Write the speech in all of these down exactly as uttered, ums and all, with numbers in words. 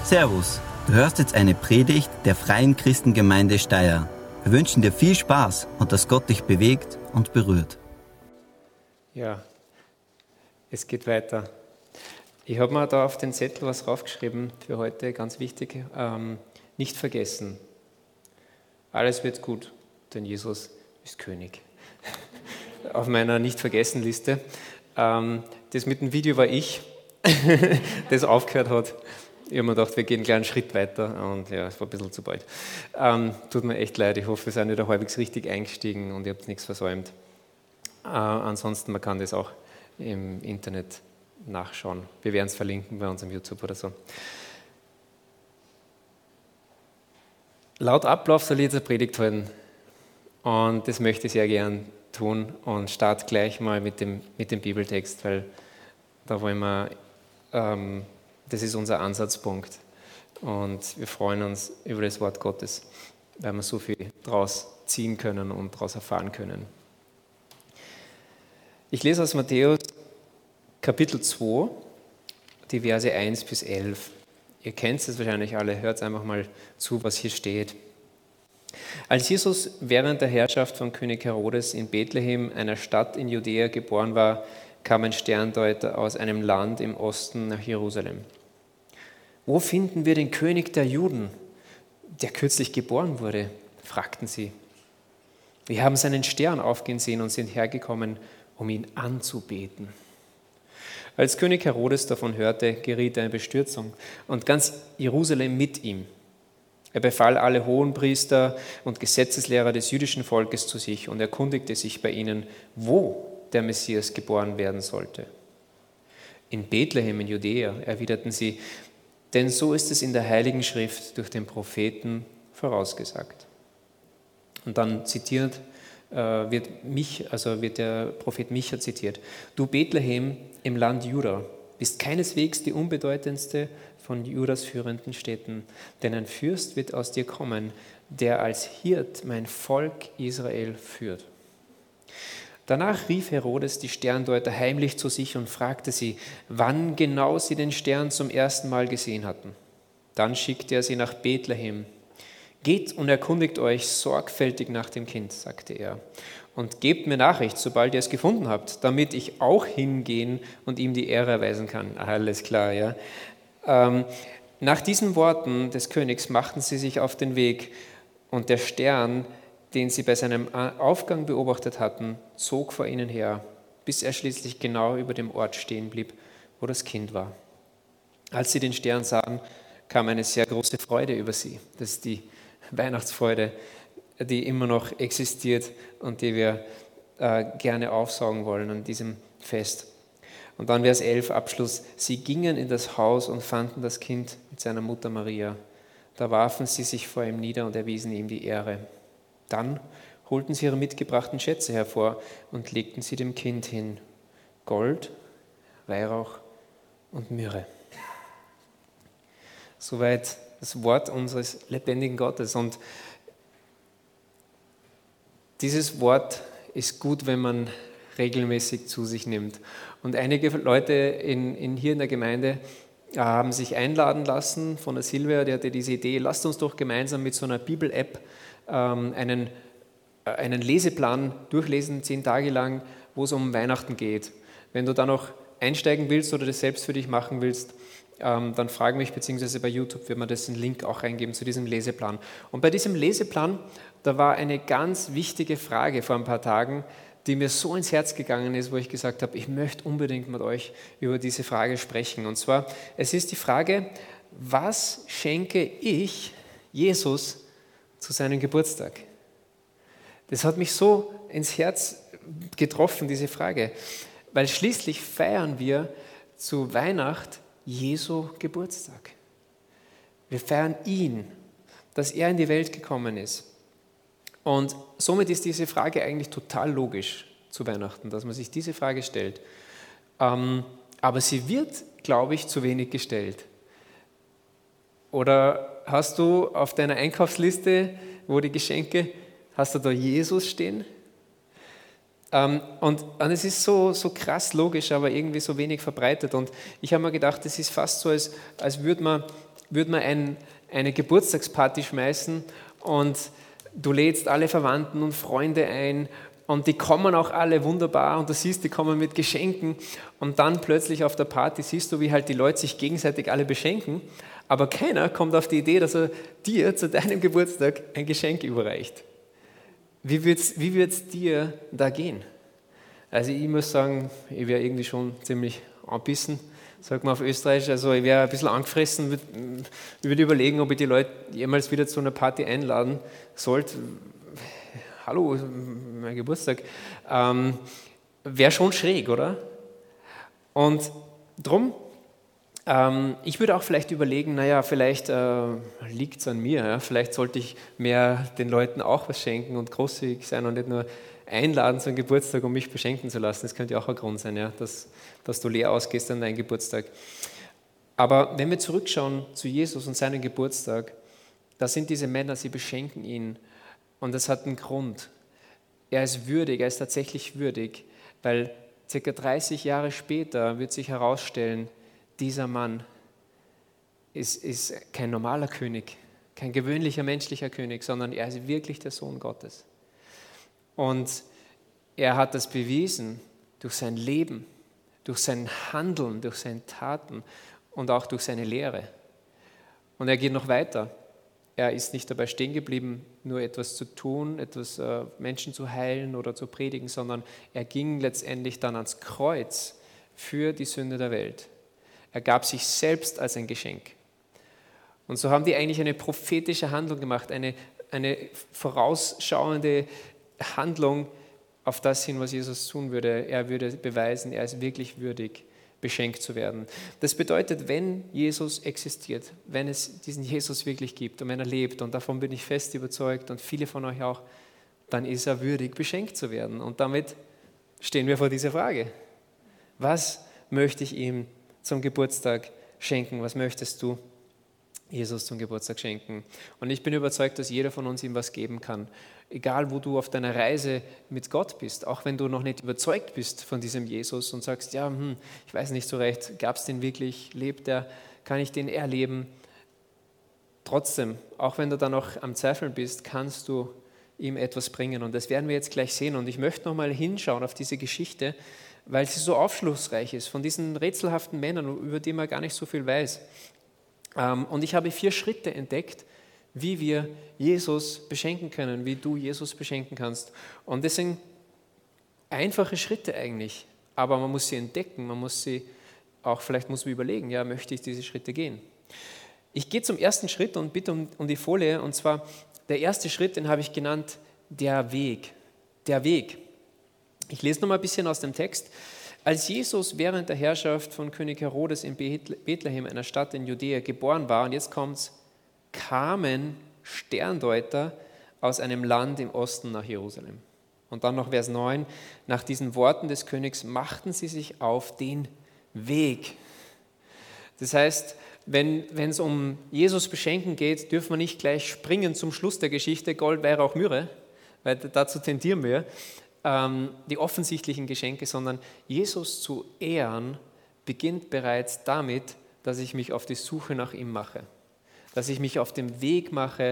Servus, du hörst jetzt eine Predigt der Freien Christengemeinde Steyr. Wir wünschen dir viel Spaß und dass Gott dich bewegt und berührt. Ja, es geht weiter. Ich habe mir da auf den Zettel was draufgeschrieben für heute, ganz wichtig. Ähm, nicht vergessen. Alles wird gut, denn Jesus ist König. Auf meiner Nicht-Vergessen-Liste. Ähm, das mit dem Video war ich, das aufgehört hat. Ich habe mir gedacht, wir gehen einen kleinen Schritt weiter und ja, es war ein bisschen zu bald. Ähm, tut mir echt leid, ich hoffe, wir sind wieder halbwegs richtig eingestiegen und ihr habt nichts versäumt. Äh, ansonsten, man kann das auch im Internet nachschauen. Wir werden es verlinken bei unserem YouTube oder so. Laut Ablauf soll ich jetzt eine Predigt halten und das möchte ich sehr gern tun und starte gleich mal mit dem, mit dem Bibeltext, weil da wollen wir... Ähm, Das ist unser Ansatzpunkt und wir freuen uns über das Wort Gottes, weil wir so viel daraus ziehen können und daraus erfahren können. Ich lese aus Matthäus Kapitel zwei, die Verse eins bis elf. Ihr kennt es wahrscheinlich alle, hört einfach mal zu, was hier steht. Als Jesus während der Herrschaft von König Herodes in Bethlehem, einer Stadt in Judäa, geboren war, kam ein Sterndeuter aus einem Land im Osten nach Jerusalem. Wo finden wir den König der Juden, der kürzlich geboren wurde? Fragten sie. Wir haben seinen Stern aufgehen sehen und sind hergekommen, um ihn anzubeten. Als König Herodes davon hörte, geriet er in Bestürzung und ganz Jerusalem mit ihm. Er befahl alle Hohenpriester und Gesetzeslehrer des jüdischen Volkes zu sich und erkundigte sich bei ihnen, wo der Messias geboren werden sollte. In Bethlehem in Judäa, erwiderten sie, denn so ist es in der Heiligen Schrift durch den Propheten vorausgesagt. Und dann zitiert äh, wird mich, also wird der Prophet Micha zitiert. Du Bethlehem im Land Juda bist keineswegs die unbedeutendste von Judas führenden Städten, denn ein Fürst wird aus dir kommen, der als Hirt mein Volk Israel führt. Danach rief Herodes die Sterndeuter heimlich zu sich und fragte sie, wann genau sie den Stern zum ersten Mal gesehen hatten. Dann schickte er sie nach Bethlehem. Geht und erkundigt euch sorgfältig nach dem Kind, sagte er, und gebt mir Nachricht, sobald ihr es gefunden habt, damit ich auch hingehen und ihm die Ehre erweisen kann. Alles klar, ja. Ähm, nach diesen Worten des Königs machten sie sich auf den Weg und der Stern, den sie bei seinem Aufgang beobachtet hatten, zog vor ihnen her, bis er schließlich genau über dem Ort stehen blieb, wo das Kind war. Als sie den Stern sahen, kam eine sehr große Freude über sie. Das ist die Weihnachtsfreude, die immer noch existiert und die wir äh, gerne aufsaugen wollen an diesem Fest. Und dann Vers elf, Abschluss. Sie gingen in das Haus und fanden das Kind mit seiner Mutter Maria. Da warfen sie sich vor ihm nieder und erwiesen ihm die Ehre. Dann holten sie ihre mitgebrachten Schätze hervor und legten sie dem Kind hin. Gold, Weihrauch und Myrrhe. Soweit das Wort unseres lebendigen Gottes. Und dieses Wort ist gut, wenn man regelmäßig zu sich nimmt. Und einige Leute in, in, hier in der Gemeinde haben sich einladen lassen von der Silvia, die hatte diese Idee, lasst uns doch gemeinsam mit so einer Bibel-App Einen, einen Leseplan durchlesen, zehn Tage lang, wo es um Weihnachten geht. Wenn du da noch einsteigen willst oder das selbst für dich machen willst, ähm, dann frag mich, beziehungsweise bei YouTube wird man das den Link auch reingeben zu diesem Leseplan. Und bei diesem Leseplan, da war eine ganz wichtige Frage vor ein paar Tagen, die mir so ins Herz gegangen ist, wo ich gesagt habe, ich möchte unbedingt mit euch über diese Frage sprechen. Und zwar, es ist die Frage, was schenke ich Jesus zu seinem Geburtstag? Das hat mich so ins Herz getroffen, diese Frage, weil schließlich feiern wir zu Weihnacht Jesu Geburtstag. Wir feiern ihn, dass er in die Welt gekommen ist. Und somit ist diese Frage eigentlich total logisch zu Weihnachten, dass man sich diese Frage stellt. Aber sie wird, glaube ich, zu wenig gestellt. Oder hast du auf deiner Einkaufsliste, wo die Geschenke, hast du da Jesus stehen? Ähm, und, und es ist so, so krass logisch, aber irgendwie so wenig verbreitet. Und ich habe mir gedacht, es ist fast so, als, als würde man, würd man ein, eine Geburtstagsparty schmeißen und du lädst alle Verwandten und Freunde ein und die kommen auch alle wunderbar und du siehst, die kommen mit Geschenken und dann plötzlich auf der Party siehst du, wie halt die Leute sich gegenseitig alle beschenken, aber keiner kommt auf die Idee, dass er dir zu deinem Geburtstag ein Geschenk überreicht. Wie wird es wie wird's dir da gehen? Also ich muss sagen, ich wäre irgendwie schon ziemlich anbissen, sagt man auf Österreich. Also ich wäre ein bisschen angefressen, würde würd überlegen, ob ich die Leute jemals wieder zu einer Party einladen sollte. Hallo, mein Geburtstag. Ähm, wäre schon schräg, oder? Und drum, ähm, ich würde auch vielleicht überlegen, naja, vielleicht äh, liegt es an mir, ja? Vielleicht sollte ich mehr den Leuten auch was schenken und großzügig sein und nicht nur einladen zu einem Geburtstag, um mich beschenken zu lassen. Das könnte ja auch ein Grund sein, ja? dass, dass du leer ausgehst an deinem Geburtstag. Aber wenn wir zurückschauen zu Jesus und seinem Geburtstag, da sind diese Männer, sie beschenken ihn und das hat einen Grund. Er ist würdig, er ist tatsächlich würdig, weil circa dreißig Jahre später wird sich herausstellen, dieser Mann ist, ist kein normaler König, kein gewöhnlicher menschlicher König, sondern er ist wirklich der Sohn Gottes. Und er hat das bewiesen durch sein Leben, durch sein Handeln, durch seine Taten und auch durch seine Lehre. Und er geht noch weiter. Er ist nicht dabei stehen geblieben, nur etwas zu tun, etwas äh, Menschen zu heilen oder zu predigen, sondern er ging letztendlich dann ans Kreuz für die Sünde der Welt. Er gab sich selbst als ein Geschenk. Und so haben die eigentlich eine prophetische Handlung gemacht, eine, eine vorausschauende Handlung auf das hin, was Jesus tun würde. Er würde beweisen, er ist wirklich würdig, beschenkt zu werden. Das bedeutet, wenn Jesus existiert, wenn es diesen Jesus wirklich gibt und wenn er lebt, und davon bin ich fest überzeugt und viele von euch auch, dann ist er würdig, beschenkt zu werden. Und damit stehen wir vor dieser Frage. Was möchte ich ihm zum Geburtstag schenken? Was möchtest du Jesus zum Geburtstag schenken? Und ich bin überzeugt, dass jeder von uns ihm was geben kann. Egal, wo du auf deiner Reise mit Gott bist, auch wenn du noch nicht überzeugt bist von diesem Jesus und sagst, ja, hm, ich weiß nicht so recht, gab es den wirklich, lebt er, kann ich den erleben? Trotzdem, auch wenn du da noch am Zweifeln bist, kannst du ihm etwas bringen. Und das werden wir jetzt gleich sehen. Und ich möchte noch mal hinschauen auf diese Geschichte, weil sie so aufschlussreich ist, von diesen rätselhaften Männern, über die man gar nicht so viel weiß. Und ich habe vier Schritte entdeckt, wie wir Jesus beschenken können, wie du Jesus beschenken kannst. Und das sind einfache Schritte eigentlich, aber man muss sie entdecken, man muss sie auch, vielleicht muss man überlegen, ja, möchte ich diese Schritte gehen? Ich gehe zum ersten Schritt und bitte um, um die Folie, und zwar der erste Schritt, den habe ich genannt, der Weg. Der Weg. Ich lese noch mal ein bisschen aus dem Text. Als Jesus während der Herrschaft von König Herodes in Bethlehem, einer Stadt in Judäa, geboren war, und jetzt kommt's, kamen Sterndeuter aus einem Land im Osten nach Jerusalem. Und dann noch Vers neun, nach diesen Worten des Königs machten sie sich auf den Weg. Das heißt, wenn wenn es um Jesus beschenken geht, dürfen wir nicht gleich springen zum Schluss der Geschichte, Gold, Weihrauch, Myrrhe, weil dazu tendieren wir, ähm, die offensichtlichen Geschenke, sondern Jesus zu ehren beginnt bereits damit, dass ich mich auf die Suche nach ihm mache. Dass ich mich auf den Weg mache,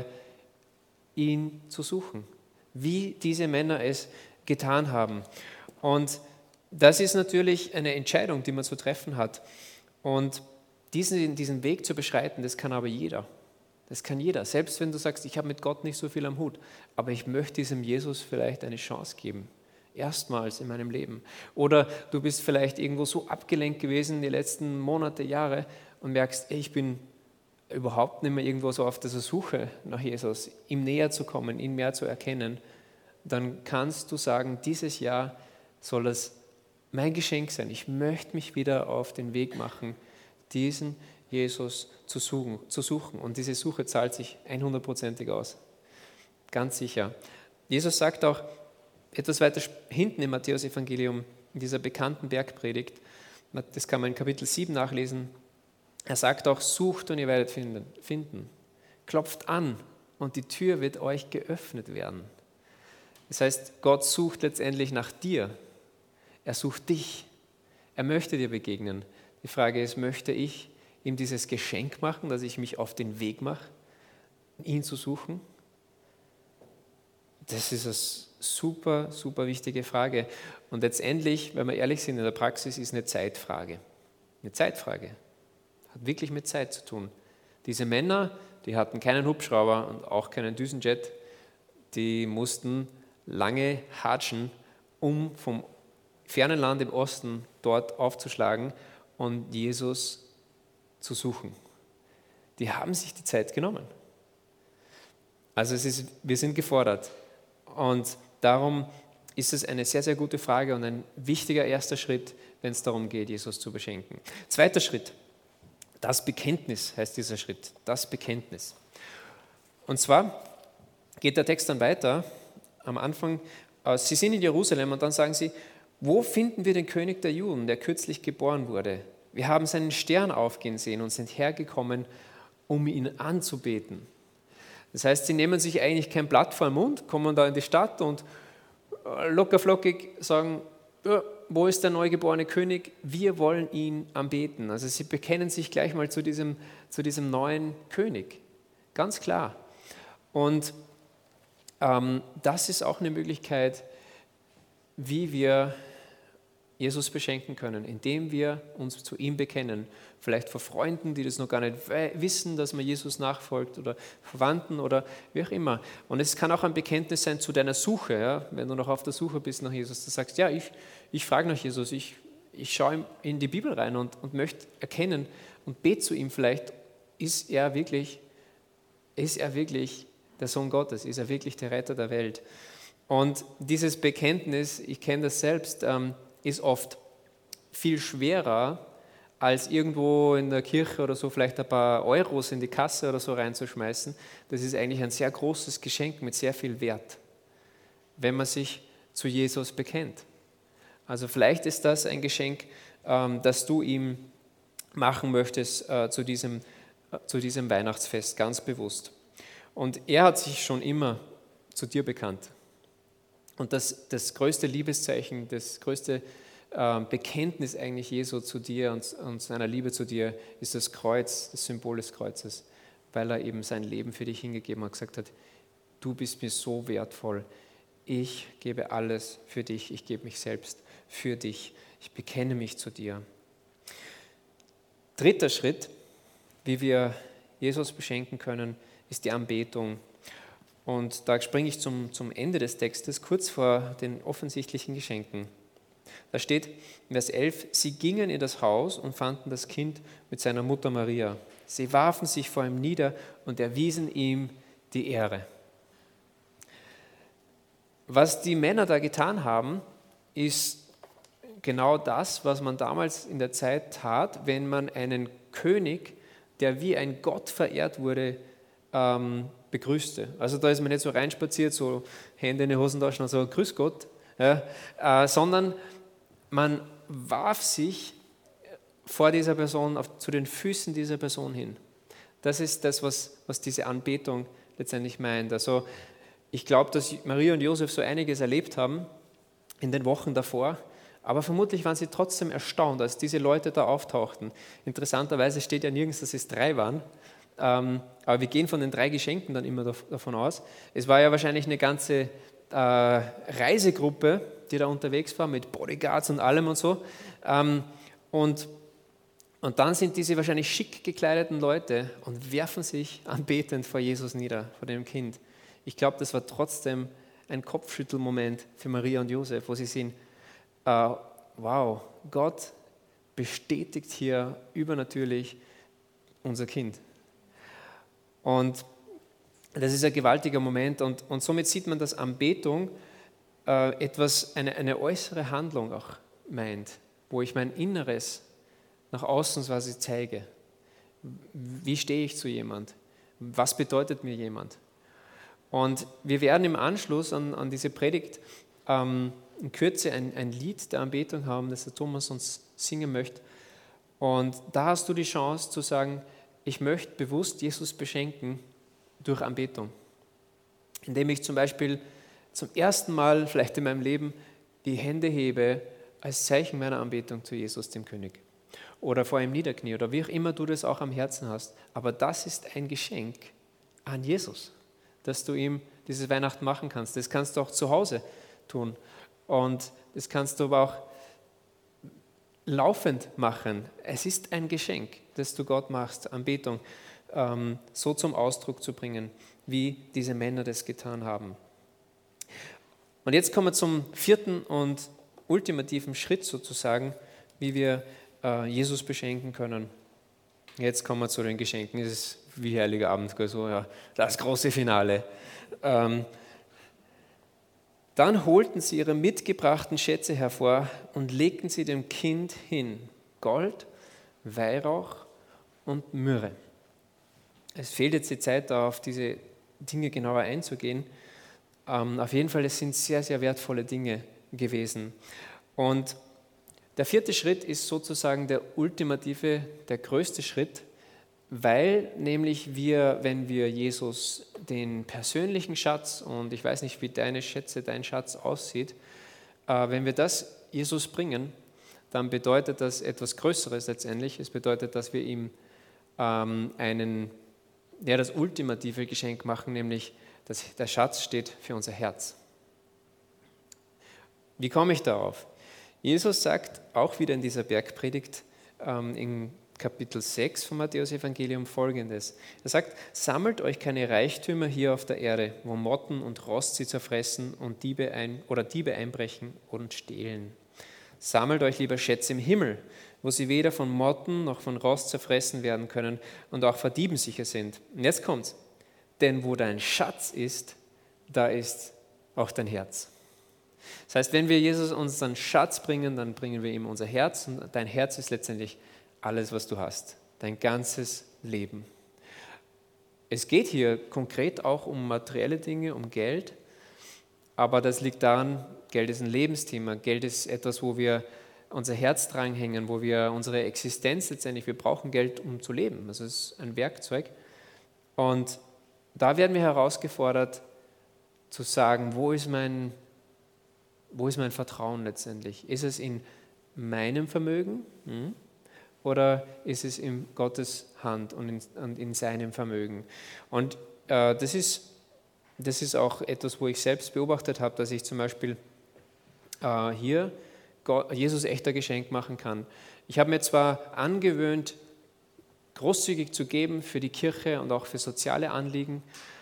ihn zu suchen, wie diese Männer es getan haben. Und das ist natürlich eine Entscheidung, die man zu treffen hat. Und diesen, diesen Weg zu beschreiten, das kann aber jeder. Das kann jeder. Selbst wenn du sagst, ich habe mit Gott nicht so viel am Hut, aber ich möchte diesem Jesus vielleicht eine Chance geben. Erstmals in meinem Leben. Oder du bist vielleicht irgendwo so abgelenkt gewesen die letzten Monate, Jahre und merkst, ey, ich bin überhaupt nicht mehr irgendwo so auf dieser Suche nach Jesus, ihm näher zu kommen, ihn mehr zu erkennen, dann kannst du sagen, dieses Jahr soll es mein Geschenk sein. Ich möchte mich wieder auf den Weg machen, diesen Jesus zu suchen. Zu suchen. Und diese Suche zahlt sich hundertprozentig aus. Ganz sicher. Jesus sagt auch etwas weiter hinten im Matthäus-Evangelium, in dieser bekannten Bergpredigt, das kann man in Kapitel sieben nachlesen. Er sagt auch, sucht und ihr werdet finden. Klopft an und die Tür wird euch geöffnet werden. Das heißt, Gott sucht letztendlich nach dir. Er sucht dich. Er möchte dir begegnen. Die Frage ist, möchte ich ihm dieses Geschenk machen, dass ich mich auf den Weg mache, ihn zu suchen? Das ist eine super, super wichtige Frage. Und letztendlich, wenn wir ehrlich sind, in der Praxis ist eine Zeitfrage. Eine Zeitfrage. Hat wirklich mit Zeit zu tun. Diese Männer, die hatten keinen Hubschrauber und auch keinen Düsenjet, die mussten lange hatschen, um vom fernen Land im Osten dort aufzuschlagen und Jesus zu suchen. Die haben sich die Zeit genommen. Also es ist, wir sind gefordert. Und darum ist es eine sehr, sehr gute Frage und ein wichtiger erster Schritt, wenn es darum geht, Jesus zu beschenken. Zweiter Schritt, das Bekenntnis heißt dieser Schritt, das Bekenntnis. Und zwar geht der Text dann weiter, am Anfang, Sie sind in Jerusalem und dann sagen sie, wo finden wir den König der Juden, der kürzlich geboren wurde? Wir haben seinen Stern aufgehen sehen und sind hergekommen, um ihn anzubeten. Das heißt, sie nehmen sich eigentlich kein Blatt vor den Mund, kommen da in die Stadt und lockerflockig sagen, ja, wo ist der neugeborene König? Wir wollen ihn anbeten. Also sie bekennen sich gleich mal zu diesem, zu diesem neuen König. Ganz klar. Und ähm, das ist auch eine Möglichkeit, wie wir Jesus beschenken können, indem wir uns zu ihm bekennen. Vielleicht vor Freunden, die das noch gar nicht wissen, dass man Jesus nachfolgt, oder Verwandten oder wie auch immer. Und es kann auch ein Bekenntnis sein zu deiner Suche. Ja? Wenn du noch auf der Suche bist nach Jesus, du sagst, ja, ich, ich frage nach Jesus, ich, ich schaue in die Bibel rein und, und möchte erkennen und bete zu ihm vielleicht, ist er wirklich, ist er wirklich der Sohn Gottes, ist er wirklich der Retter der Welt. Und dieses Bekenntnis, ich kenne das selbst, ähm, ist oft viel schwerer, als irgendwo in der Kirche oder so vielleicht ein paar Euros in die Kasse oder so reinzuschmeißen. Das ist eigentlich ein sehr großes Geschenk mit sehr viel Wert, wenn man sich zu Jesus bekennt. Also vielleicht ist das ein Geschenk, ähm, das du ihm machen möchtest äh, zu diesem, äh, zu diesem Weihnachtsfest, ganz bewusst. Und er hat sich schon immer zu dir bekannt. Und das, das größte Liebeszeichen, das größte äh, Bekenntnis eigentlich Jesu zu dir und, und seiner Liebe zu dir ist das Kreuz, das Symbol des Kreuzes, weil er eben sein Leben für dich hingegeben hat, gesagt hat, du bist mir so wertvoll, ich gebe alles für dich, ich gebe mich selbst für dich, ich bekenne mich zu dir. Dritter Schritt, wie wir Jesus beschenken können, ist die Anbetung. Und da springe ich zum, zum Ende des Textes, kurz vor den offensichtlichen Geschenken. Da steht in Vers elf, sie gingen in das Haus und fanden das Kind mit seiner Mutter Maria. Sie warfen sich vor ihm nieder und erwiesen ihm die Ehre. Was die Männer da getan haben, ist genau das, was man damals in der Zeit tat, wenn man einen König, der wie ein Gott verehrt wurde, ähm, begrüßte. Also da ist man nicht so reinspaziert, so Hände in die Hosentaschen und so, grüß Gott, ja, äh, sondern man warf sich vor dieser Person, auf, zu den Füßen dieser Person hin. Das ist das, was, was diese Anbetung letztendlich meint. Also ich glaube, dass Maria und Josef so einiges erlebt haben in den Wochen davor, aber vermutlich waren sie trotzdem erstaunt, als diese Leute da auftauchten. Interessanterweise steht ja nirgends, dass es drei waren, ähm, aber wir gehen von den drei Geschenken dann immer davon aus. Es war ja wahrscheinlich eine ganze äh, Reisegruppe, die da unterwegs war, mit Bodyguards und allem und so. Ähm, und, und dann sind diese wahrscheinlich schick gekleideten Leute und werfen sich anbetend vor Jesus nieder, vor dem Kind. Ich glaube, das war trotzdem ein Kopfschüttelmoment für Maria und Josef, wo sie sehen, äh, wow, Gott bestätigt hier übernatürlich unser Kind. Und das ist ein gewaltiger Moment und, und somit sieht man, dass Anbetung äh, etwas, eine, eine äußere Handlung auch meint, wo ich mein Inneres nach außen quasi zeige. Wie stehe ich zu jemand? Was bedeutet mir jemand? Und wir werden im Anschluss an, an diese Predigt ähm, in Kürze ein, ein Lied der Anbetung haben, das der Thomas uns singen möchte. Und da hast du die Chance zu sagen, ich möchte bewusst Jesus beschenken durch Anbetung. Indem ich zum Beispiel zum ersten Mal vielleicht in meinem Leben die Hände hebe als Zeichen meiner Anbetung zu Jesus, dem König. Oder vor ihm niederknie oder wie auch immer du das auch am Herzen hast. Aber das ist ein Geschenk an Jesus, dass du ihm dieses Weihnachten machen kannst. Das kannst du auch zu Hause tun. Und das kannst du aber auch laufend machen. Es ist ein Geschenk, das du Gott machst, Anbetung ähm, so zum Ausdruck zu bringen, wie diese Männer das getan haben. Und jetzt kommen wir zum vierten und ultimativen Schritt sozusagen, wie wir äh, Jesus beschenken können. Jetzt kommen wir zu den Geschenken. Das ist wie Heiliger Abend, so, ja, das große Finale. Ähm, Dann holten sie ihre mitgebrachten Schätze hervor und legten sie dem Kind hin. Gold, Weihrauch und Myrrhe. Es fehlt jetzt die Zeit, da auf diese Dinge genauer einzugehen. Ähm, auf jeden Fall, es sind sehr, sehr wertvolle Dinge gewesen. Und der vierte Schritt ist sozusagen der ultimative, der größte Schritt, weil nämlich wir, wenn wir Jesus den persönlichen Schatz, und ich weiß nicht, wie deine Schätze, dein Schatz aussieht, äh, wenn wir das Jesus bringen, dann bedeutet das etwas Größeres letztendlich. Es bedeutet, dass wir ihm ähm, einen, ja, das ultimative Geschenk machen, nämlich dass der Schatz steht für unser Herz. Wie komme ich darauf? Jesus sagt auch wieder in dieser Bergpredigt ähm, in Kapitel sechs vom Matthäus-Evangelium folgendes. Er sagt, sammelt euch keine Reichtümer hier auf der Erde, wo Motten und Rost sie zerfressen und Diebe ein, oder Diebe einbrechen und stehlen. Sammelt euch lieber Schätze im Himmel, wo sie weder von Motten noch von Rost zerfressen werden können und auch vor Dieben sicher sind. Und jetzt kommt's. Denn wo dein Schatz ist, da ist auch dein Herz. Das heißt, wenn wir Jesus unseren Schatz bringen, dann bringen wir ihm unser Herz und dein Herz ist letztendlich alles, was du hast, dein ganzes Leben. Es geht hier konkret auch um materielle Dinge, um Geld, aber das liegt daran, Geld ist ein Lebensthema, Geld ist etwas, wo wir unser Herz dranhängen, wo wir unsere Existenz letztendlich, wir brauchen Geld, um zu leben, das ist ein Werkzeug. Und da werden wir herausgefordert, zu sagen, wo ist mein, wo ist mein Vertrauen letztendlich? Ist es in meinem Vermögen? Hm? Oder ist es in Gottes Hand und in, und in seinem Vermögen? Und äh, das, ist, das ist auch etwas, wo ich selbst beobachtet habe, dass ich zum Beispiel äh, hier Gott, Jesus echt ein Geschenk machen kann. Ich habe mir zwar angewöhnt, großzügig zu geben für die Kirche und auch für soziale Anliegen,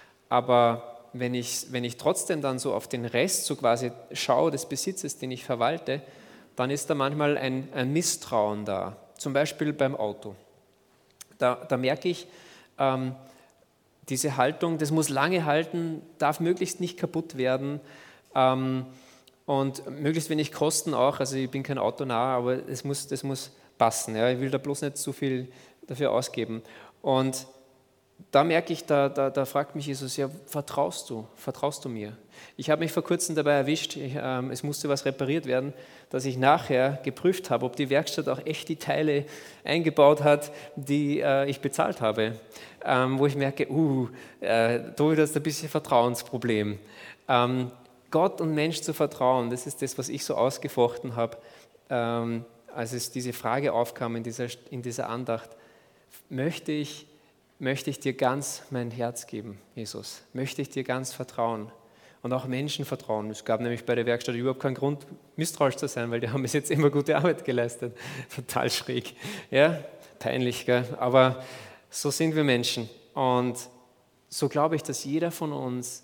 aber wenn ich, wenn ich trotzdem dann so auf den Rest so quasi schaue des Besitzes, den ich verwalte, dann ist da manchmal ein, ein Misstrauen da. Zum Beispiel beim Auto. Da, da merke ich, ähm, diese Haltung, das muss lange halten, darf möglichst nicht kaputt werden ähm, und möglichst wenig kosten auch. Also ich bin kein Autonah, aber es muss, das muss passen. Ja. Ich will da bloß nicht zu viel dafür ausgeben. Und da merke ich, da, da, da fragt mich Jesus, ja, vertraust du, vertraust du mir? Ich habe mich vor kurzem dabei erwischt, ich, ähm, es musste was repariert werden, dass ich nachher geprüft habe, ob die Werkstatt auch echt die Teile eingebaut hat, die äh, ich bezahlt habe. Ähm, wo ich merke, uh, äh, da ist ein bisschen Vertrauensproblem. Ähm, Gott und Mensch zu vertrauen, das ist das, was ich so ausgefochten habe, ähm, als es diese Frage aufkam in dieser, in dieser Andacht. Möchte ich möchte ich dir ganz mein Herz geben, Jesus. Möchte ich dir ganz vertrauen und auch Menschen vertrauen. Es gab nämlich bei der Werkstatt überhaupt keinen Grund, misstrauisch zu sein, weil die haben bis jetzt immer gute Arbeit geleistet. Total schräg. Ja, peinlich, gell? Aber so sind wir Menschen. Und so glaube ich, dass jeder von uns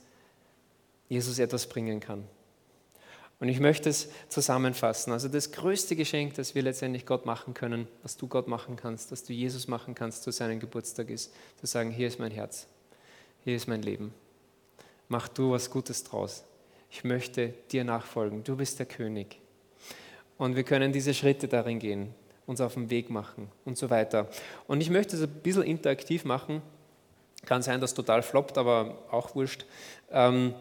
Jesus etwas bringen kann. Und ich möchte es zusammenfassen. Also das größte Geschenk, das wir letztendlich Gott machen können, was du Gott machen kannst, das du Jesus machen kannst zu seinem Geburtstag ist, zu sagen, hier ist mein Herz, hier ist mein Leben. Mach du was Gutes draus. Ich möchte dir nachfolgen. Du bist der König. Und wir können diese Schritte darin gehen, uns auf den Weg machen und so weiter. Und ich möchte es ein bisschen interaktiv machen. Kann sein, dass es total floppt, aber auch wurscht. Ähm,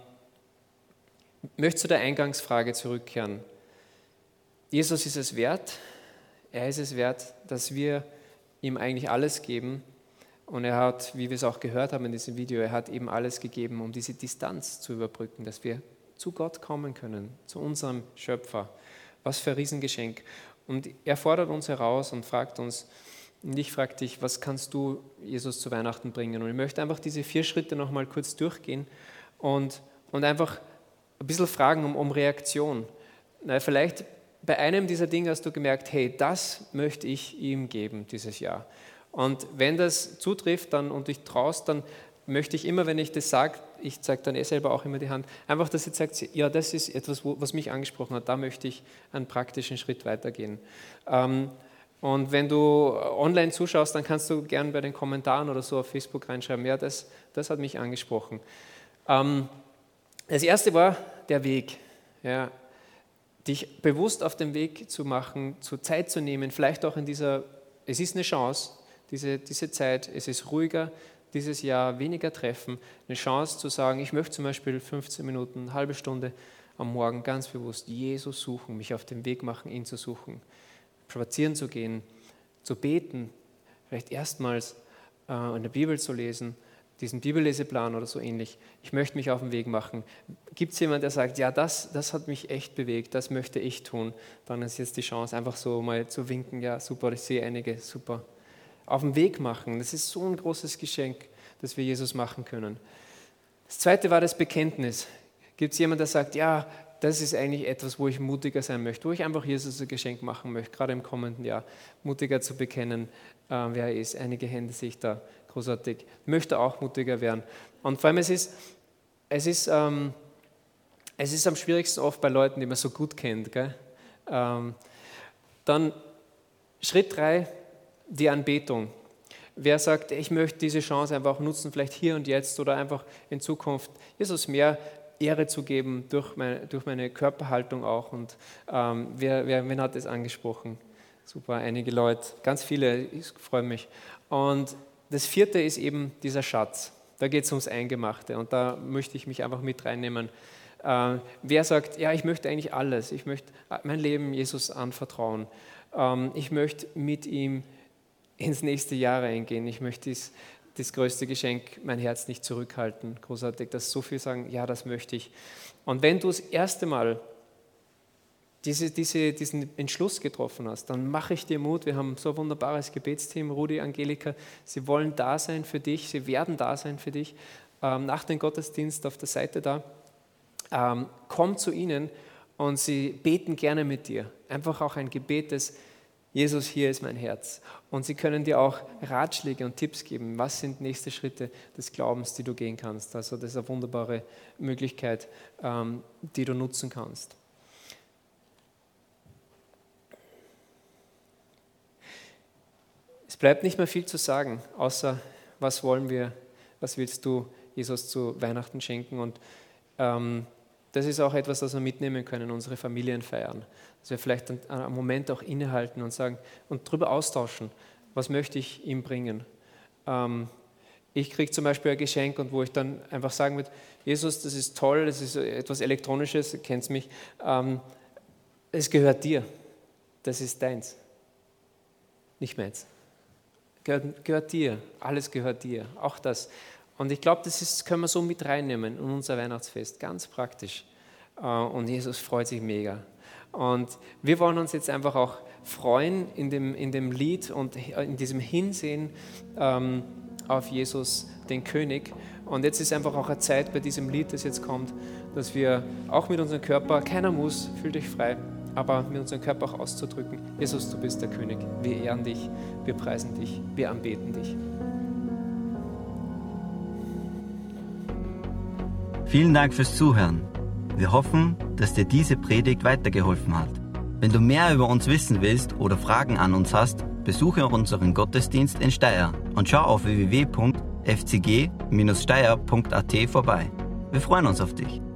Ich möchte zu der Eingangsfrage zurückkehren. Jesus ist es wert, er ist es wert, dass wir ihm eigentlich alles geben. Und er hat, wie wir es auch gehört haben in diesem Video, er hat eben alles gegeben, um diese Distanz zu überbrücken, dass wir zu Gott kommen können, zu unserem Schöpfer. Was für ein Riesengeschenk. Und er fordert uns heraus und fragt uns, und ich frage dich, was kannst du Jesus zu Weihnachten bringen? Und ich möchte einfach diese vier Schritte nochmal kurz durchgehen und, und einfach ein bisschen fragen um, um Reaktion. Na, vielleicht bei einem dieser Dinge hast du gemerkt, hey, das möchte ich ihm geben dieses Jahr. Und wenn das zutrifft dann, und dich traust, dann möchte ich immer, wenn ich das sage, ich zeige dann eh selber auch immer die Hand, einfach, dass ihr sagt, ja, das ist etwas, wo, was mich angesprochen hat, da möchte ich einen praktischen Schritt weitergehen. Ähm, und wenn du online zuschaust, dann kannst du gerne bei den Kommentaren oder so auf Facebook reinschreiben, ja, das, das hat mich angesprochen. Ähm, das erste war der Weg, ja, dich bewusst auf den Weg zu machen, zur Zeit zu nehmen, vielleicht auch in dieser, es ist eine Chance, diese, diese Zeit, es ist ruhiger, dieses Jahr weniger Treffen, eine Chance zu sagen, ich möchte zum Beispiel fünfzehn Minuten, eine halbe Stunde am Morgen ganz bewusst Jesus suchen, mich auf den Weg machen, ihn zu suchen, spazieren zu gehen, zu beten, vielleicht erstmals äh, in der Bibel zu lesen, diesen Bibelleseplan oder so ähnlich. Ich möchte mich auf den Weg machen. Gibt es jemanden, der sagt, ja, das, das hat mich echt bewegt, das möchte ich tun, dann ist jetzt die Chance, einfach so mal zu winken, ja, super, ich sehe einige, super. Auf den Weg machen, das ist so ein großes Geschenk, das wir Jesus machen können. Das zweite war das Bekenntnis. Gibt es jemanden, der sagt, ja, das ist eigentlich etwas, wo ich mutiger sein möchte, wo ich einfach Jesus ein Geschenk machen möchte, gerade im kommenden Jahr, mutiger zu bekennen, äh, wer er ist. Einige Hände sehe ich da, großartig. Ich möchte auch mutiger werden. Und vor allem, es ist, es ist, ähm, es ist am schwierigsten oft bei Leuten, die man so gut kennt. Gell? Ähm, dann Schritt drei, die Anbetung. Wer sagt, ich möchte diese Chance einfach nutzen, vielleicht hier und jetzt oder einfach in Zukunft, Jesus mehr Ehre zu geben durch meine, durch meine Körperhaltung auch. Und ähm, wer, wer, wen hat das angesprochen? Super, einige Leute, ganz viele, ich freue mich. Und das vierte ist eben dieser Schatz. Da geht es ums Eingemachte und da möchte ich mich einfach mit reinnehmen. Äh, wer sagt, ja, ich möchte eigentlich alles, ich möchte mein Leben Jesus anvertrauen. Ähm, ich möchte mit ihm ins nächste Jahr reingehen. Ich möchte das, das größte Geschenk, mein Herz nicht zurückhalten. Großartig, dass so viel sagen, ja, das möchte ich. Und wenn du das erste Mal diese, diese, diesen Entschluss getroffen hast, dann mache ich dir Mut. Wir haben so ein wunderbares Gebetsteam, Rudi, Angelika. Sie wollen da sein für dich, sie werden da sein für dich. Ähm, nach dem Gottesdienst auf der Seite da. Ähm, komm zu ihnen und sie beten gerne mit dir. Einfach auch ein Gebet des Jesus, hier ist mein Herz. Und sie können dir auch Ratschläge und Tipps geben. Was sind nächste Schritte des Glaubens, die du gehen kannst? Also das ist eine wunderbare Möglichkeit, ähm, die du nutzen kannst. Es bleibt nicht mehr viel zu sagen, außer was wollen wir, was willst du Jesus zu Weihnachten schenken? Und ähm, das ist auch etwas, das wir mitnehmen können, unsere Familien feiern. Dass wir vielleicht einen Moment auch innehalten und sagen und darüber austauschen, was möchte ich ihm bringen. Ähm, ich kriege zum Beispiel ein Geschenk und wo ich dann einfach sagen würde, Jesus, das ist toll, das ist etwas Elektronisches, du kennst mich, ähm, es gehört dir, das ist deins, nicht meins. Gehört, gehört dir, alles gehört dir, auch das. Und ich glaube, das ist, können wir so mit reinnehmen in unser Weihnachtsfest, ganz praktisch. Und Jesus freut sich mega. Und wir wollen uns jetzt einfach auch freuen in dem, in dem Lied und in diesem Hinsehen ähm, auf Jesus, den König. Und jetzt ist einfach auch eine Zeit bei diesem Lied, das jetzt kommt, dass wir auch mit unserem Körper, keiner muss, fühl dich frei, aber mit unserem Körper auch auszudrücken, Jesus, du bist der König. Wir ehren dich, wir preisen dich, wir anbeten dich. Vielen Dank fürs Zuhören. Wir hoffen, dass dir diese Predigt weitergeholfen hat. Wenn du mehr über uns wissen willst oder Fragen an uns hast, besuche unseren Gottesdienst in Steyr und schau auf w w w punkt f c g Bindestrich steyr punkt a t vorbei. Wir freuen uns auf dich.